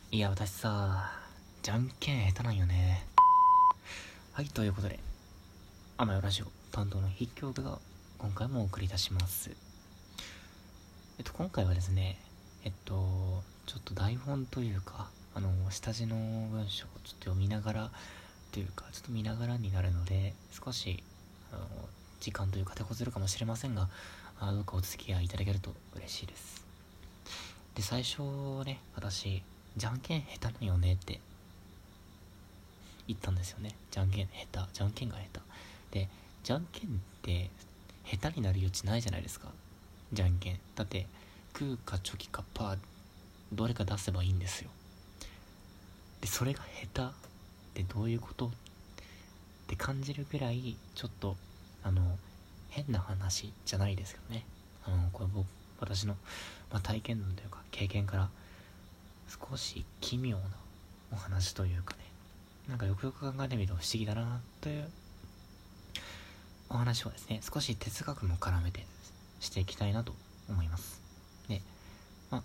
いや、私さ、じゃんけん下手なんよね。はい、ということで、あまよラジオ担当の筆記具が今回もお送りいたします。今回はですね、ちょっと台本というか、下地の文章をちょっと読みながらというか、ちょっと見ながらになるので、少し、時間というか手こずるかもしれませんが、どうかお付き合いいただけると嬉しいです。で、最初ね、私、じゃんけん下手なんよねって言ったんですよね。じゃんけん下手、じゃんけんが下手で、じゃんけんって下手になる余地ないじゃないですか。じゃんけんだってグーかチョキかパーどれか出せばいいんですよ。でそれが下手ってどういうことって感じるぐらいちょっと変な話じゃないですよね。これ私の、体験談というか経験から少し奇妙なお話というかね、なんかよくよく考えてみると不思議だなというお話をですね、少し哲学も絡めてしていきたいなと思います。で、まあ、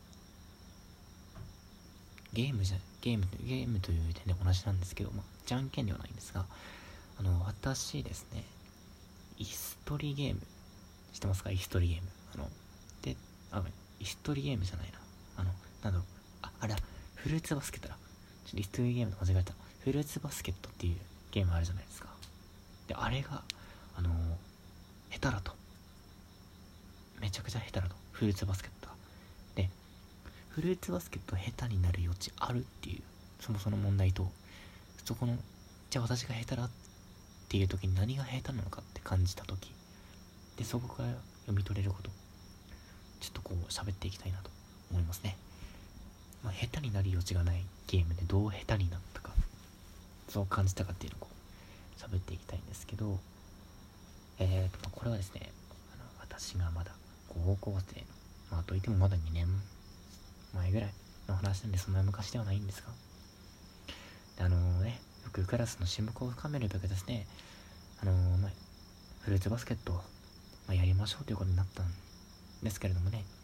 ゲームという点で同じなんですけど、じゃんけんではないんですが、私ですね、椅子取りゲーム知ってますか？椅子取りゲーム。で、椅子取りゲームじゃないな。なんだろう、あれだ、フルーツバスケットだ。椅子取りゲームと間違えた。フルーツバスケットっていうゲームあるじゃないですか。で、あれが、下手だと。めちゃくちゃ下手だと。フルーツバスケットが。で、フルーツバスケット下手になる余地あるっていう、そもそも問題と、そこの、じゃあ私が下手だっていう時に何が下手なのかって感じた時で、そこから読み取れること、ちょっとこう喋っていきたいなと思いますね。下手になる余地がないゲームでどう下手になったか、そう感じたかっていうのをこう喋っていきたいんですけど、これはですね、私がまだ高校生の、といってもまだ2年前ぐらいの話なんで、そんな昔ではないんですが、よくクラスの親睦を深めるべくですね、フルーツバスケットを、やりましょうということになったんですけれどもね、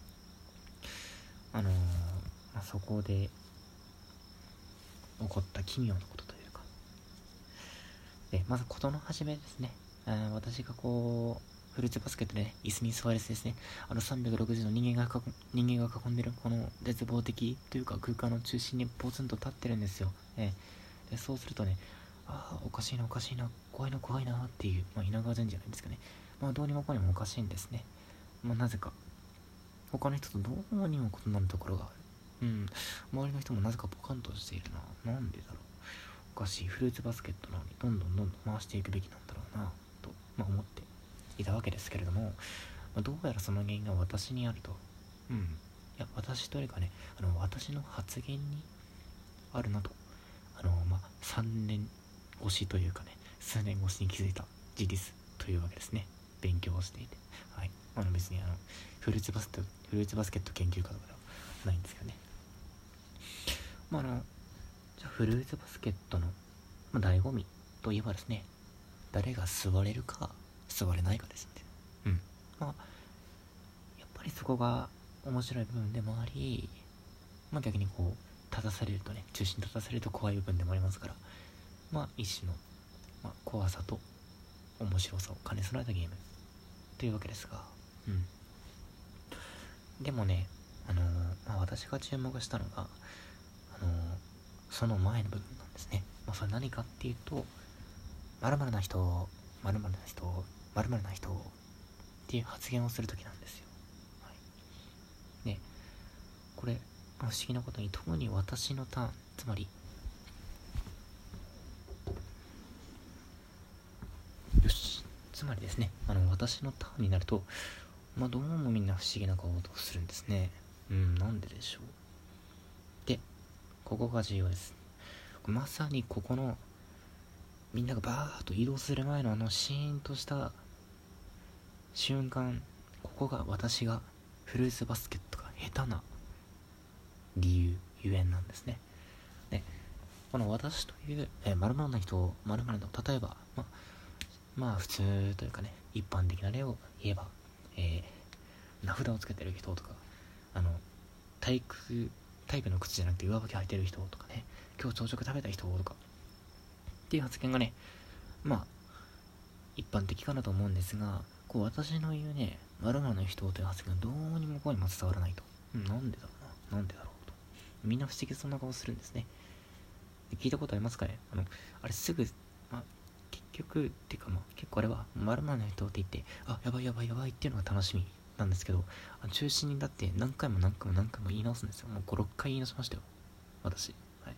そこで起こった奇妙なことというか、でまず事の始めですね。私がこうフルーツバスケットで、ね、椅子に座れずですね、360の人間が囲んでるこの絶望的というか空間の中心にポツンと立ってるんですよ。でそうするとね、おかしいな怖いなっていう、稲川淳じゃないですかね。どうにもこうにもおかしいんですね。なぜか他の人とどうにも異なるところがある。周りの人もなぜかポカンとしているな。なんでだろう。おかしい。フルーツバスケットなのにどんどん回していくべきなんだろうなと、思っていたわけですけれども、どうやらその原因が私にあると。いや、私というかね、私の発言にあるなと。3年越しというかね、数年越しに気づいた事実というわけですね。勉強をしていて、はい、別にフルーツバスケット研究家とかではないんですけどね。じゃあフルーツバスケットの、醍醐味といえばですね、誰が座れるか座れないかですね。やっぱりそこが面白い部分でもあり、逆にこう立たされるとね、中心に立たされると怖い部分でもありますから、一種の、怖さと面白さを兼ね備えたゲームというわけですが、でもね、私が注目したのが、その前の部分なんですね。それ何かっていうと、〇〇な人っていう発言をするときなんですよ。で、これ、不思議なことに特に私のターン、つまりですね、私のターンになると、どうもみんな不思議な顔をするんですね。なんででしょう。で、ここが重要です。まさにここのみんながバーッと移動する前のシーンとした瞬間、ここが私がフルーツバスケットが下手なゆえんなんですね。で、この私という〇〇な人、〇〇の、例えば普通というかね、一般的な例を言えば、名札をつけてる人とか、体育タイプの靴じゃなくて上履き履いてる人とかね、今日朝食食べた人とかっていう発言がね、まあ一般的かなと思うんですが、こう私の言うね〇〇の人という発言がどうにもこうにも伝わらないと、なんでだろうな、なんでだろうとみんな不思議そうな顔するんですね。で聞いたことありますかね。あれすぐ、結局っていうか結構あれは〇〇の人って言ってやばいやばいやばいっていうのが楽しみなんですけど、中心にだって何回も言い直すんですよ。もう5、6回言い直しましたよ私。はい。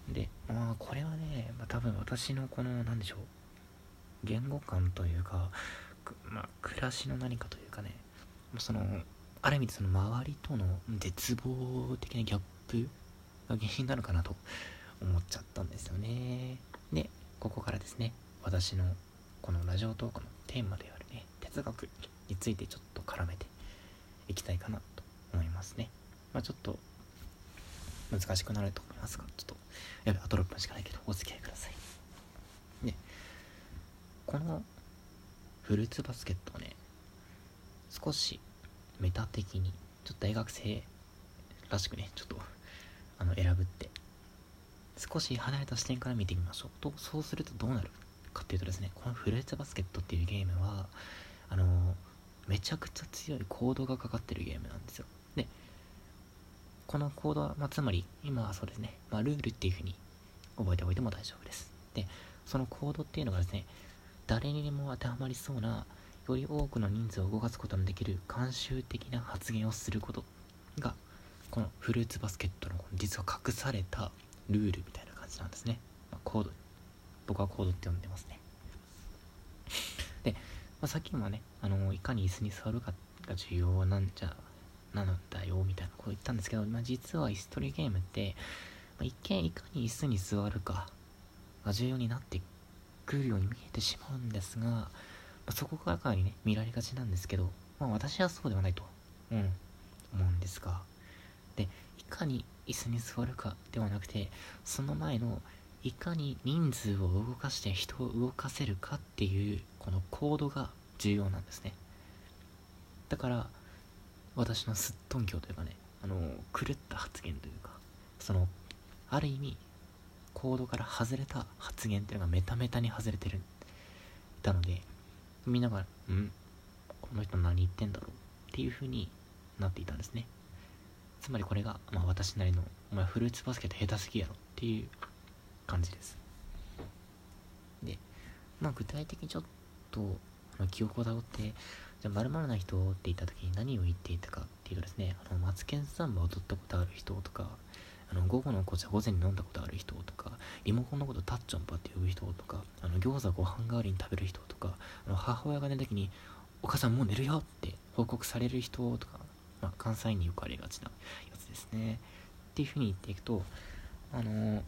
でこれはね、多分私のこのなんでしょう、言語感というか暮らしの何かというかね、そのある意味その周りとの絶望的なギャップが原因なのかなと思っちゃったんですよね。でここからですね、私のこのラジオトークのテーマであるね哲学についてちょっと絡めていきたいかなと思いますね。ちょっと難しくなると思いますが、ちょっとあと6分しかないけどお付き合いください。でこのフルーツバスケットをね、少しメタ的にちょっと大学生らしくね、ちょっと選ぶって少し離れた視点から見てみましょうと。そうするとどうなるかっていうとですね、このフルーツバスケットっていうゲームはめちゃくちゃ強いコードがかかってるゲームなんですよ。でこのコードは、つまり今はそうですね、ルールっていう風に覚えておいても大丈夫です。でそのコードっていうのがですね、誰にでも当てはまりそうなより多くの人数を動かすことのできる慣習的な発言をすることがこのフルーツバスケットの実は隠されたルールみたいな感じなんですね。コード、僕はコードって呼んでますね。で、さっきもね、いかに椅子に座るかが重要なんだよみたいなこと言ったんですけど、実は椅子取りゲームって、一見いかに椅子に座るかが重要になってくるように見えてしまうんですが、そこがかなりね見られがちなんですけど、私はそうではないと、思うんですが、でいかに椅子に座るかではなくて、その前のいかに人数を動かして人を動かせるかっていうこのコードが重要なんですね。だから私のすっとんきょうというかね、狂った発言というか、ある意味コードから外れた発言っていうのがメタメタに外れてるたので、みんながこの人何言ってんだろうっていう風になっていたんですね。つまりこれが、私なりのお前フルーツバスケット下手すぎやろっていう感じです。で具体的にちょっと記憶をたどって、じゃあ〇〇な人って言った時に何を言っていたかっていうとですね、マツケンサンバを踊ったことある人とか、午後の紅茶午前に飲んだことある人とか、リモコンのことタッチョンパって呼ぶ人とか、餃子ご飯代わりに食べる人とか、母親が寝た時にお母さんもう寝るよって報告される人とか、関西によくありがちなやつですねっていう風に言っていくと、フ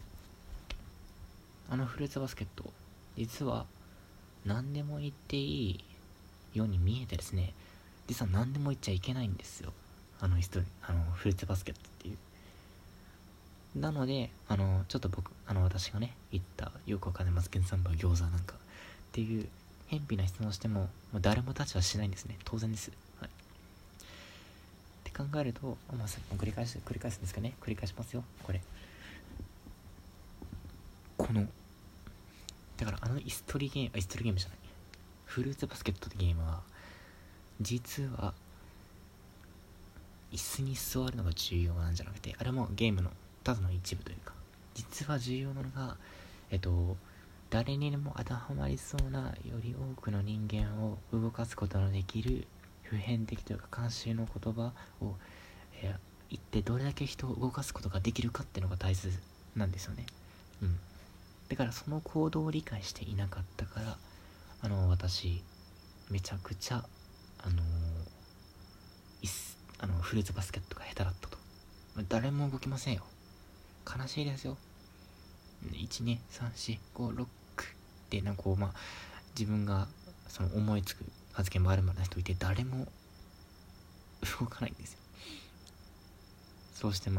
ルーツバスケット実は何でも言っていいように見えてですね、実は何でも言っちゃいけないんですよ、フルーツバスケットっていう。なのでちょっと私がね言ったよくわかんないマツケンサンバ餃子なんかっていう偏僻な質問をしても、誰もタッチはしないんですね。当然です。はい。って考えると、さっきも繰り返すんですかね。繰り返しますよ。これ。だから椅子取りゲームじゃない。フルーツバスケットってゲームは、実は、椅子に座るのが重要なんじゃなくて、あれもゲームのただの一部というか、実は重要なのが、誰にでも当てはまりそうなより多くの人間を動かすことのできる普遍的というか慣習の言葉を、言ってどれだけ人を動かすことができるかっていうのが大切なんですよね。だからその行動を理解していなかったから、私めちゃくちゃフルーツバスケットが下手だったと。誰も動きませんよ。悲しいですよ。1,2,3,4,5,6って自分が思いつく発言もあるまでな人いて、誰も動かないんですよ。そうして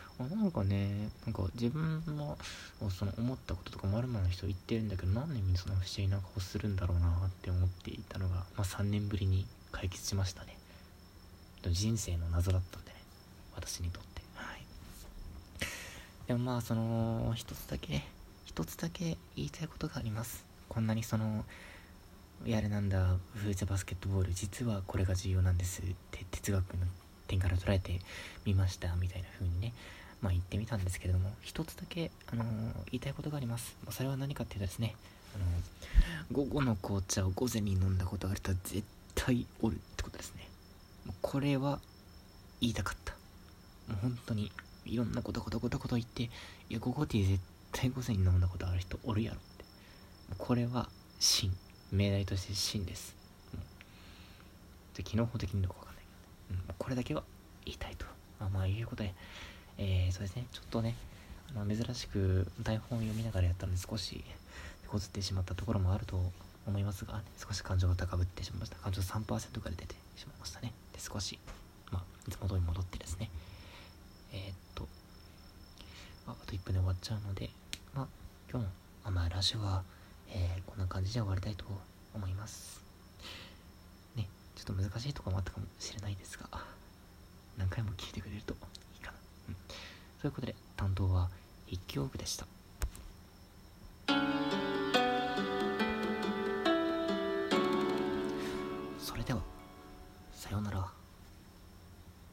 自分の思ったこととかまるまるの人言ってるんだけど、なんでみんなその不思議な顔するんだろうなって思っていたのが、3年ぶりに解決しましたね。人生の謎だったんでね。 私にとって。はい。でもまあ一つだけ言いたいことがあります。こんなにやれなんだフルーツバスケットボール、実はこれが重要なんですって哲学の点から捉えてみましたみたいな風にね、まあ言ってみたんですけれども、一つだけ言いたいことがあります。それは何かっていうとですね、午後の紅茶を午前に飲んだことがある人は絶対おるってことですね。もうこれは言いたかった。もう本当にいろんなこと言って、いや午後ティー絶対午前に飲んだことある人おるやろって。これは真、命題として真です。機能法的にどうかわかんないけど、これだけは言いたいと。まあいうことで、そうですね、ちょっとね、珍しく台本を読みながらやったので少し手こずってしまったところもあると思いますが、少し感情が高ぶってしまいました。感情 3% から出てしまいましたね。で、少し、いつも通り戻ってですね、あと1分で終わっちゃうので、今日のラジオは、こんな感じで終わりたいと思います。ね、ちょっと難しいところもあったかもしれないですが、何回も聞いてくれるといいかな。ということで、担当は筆記用具でした。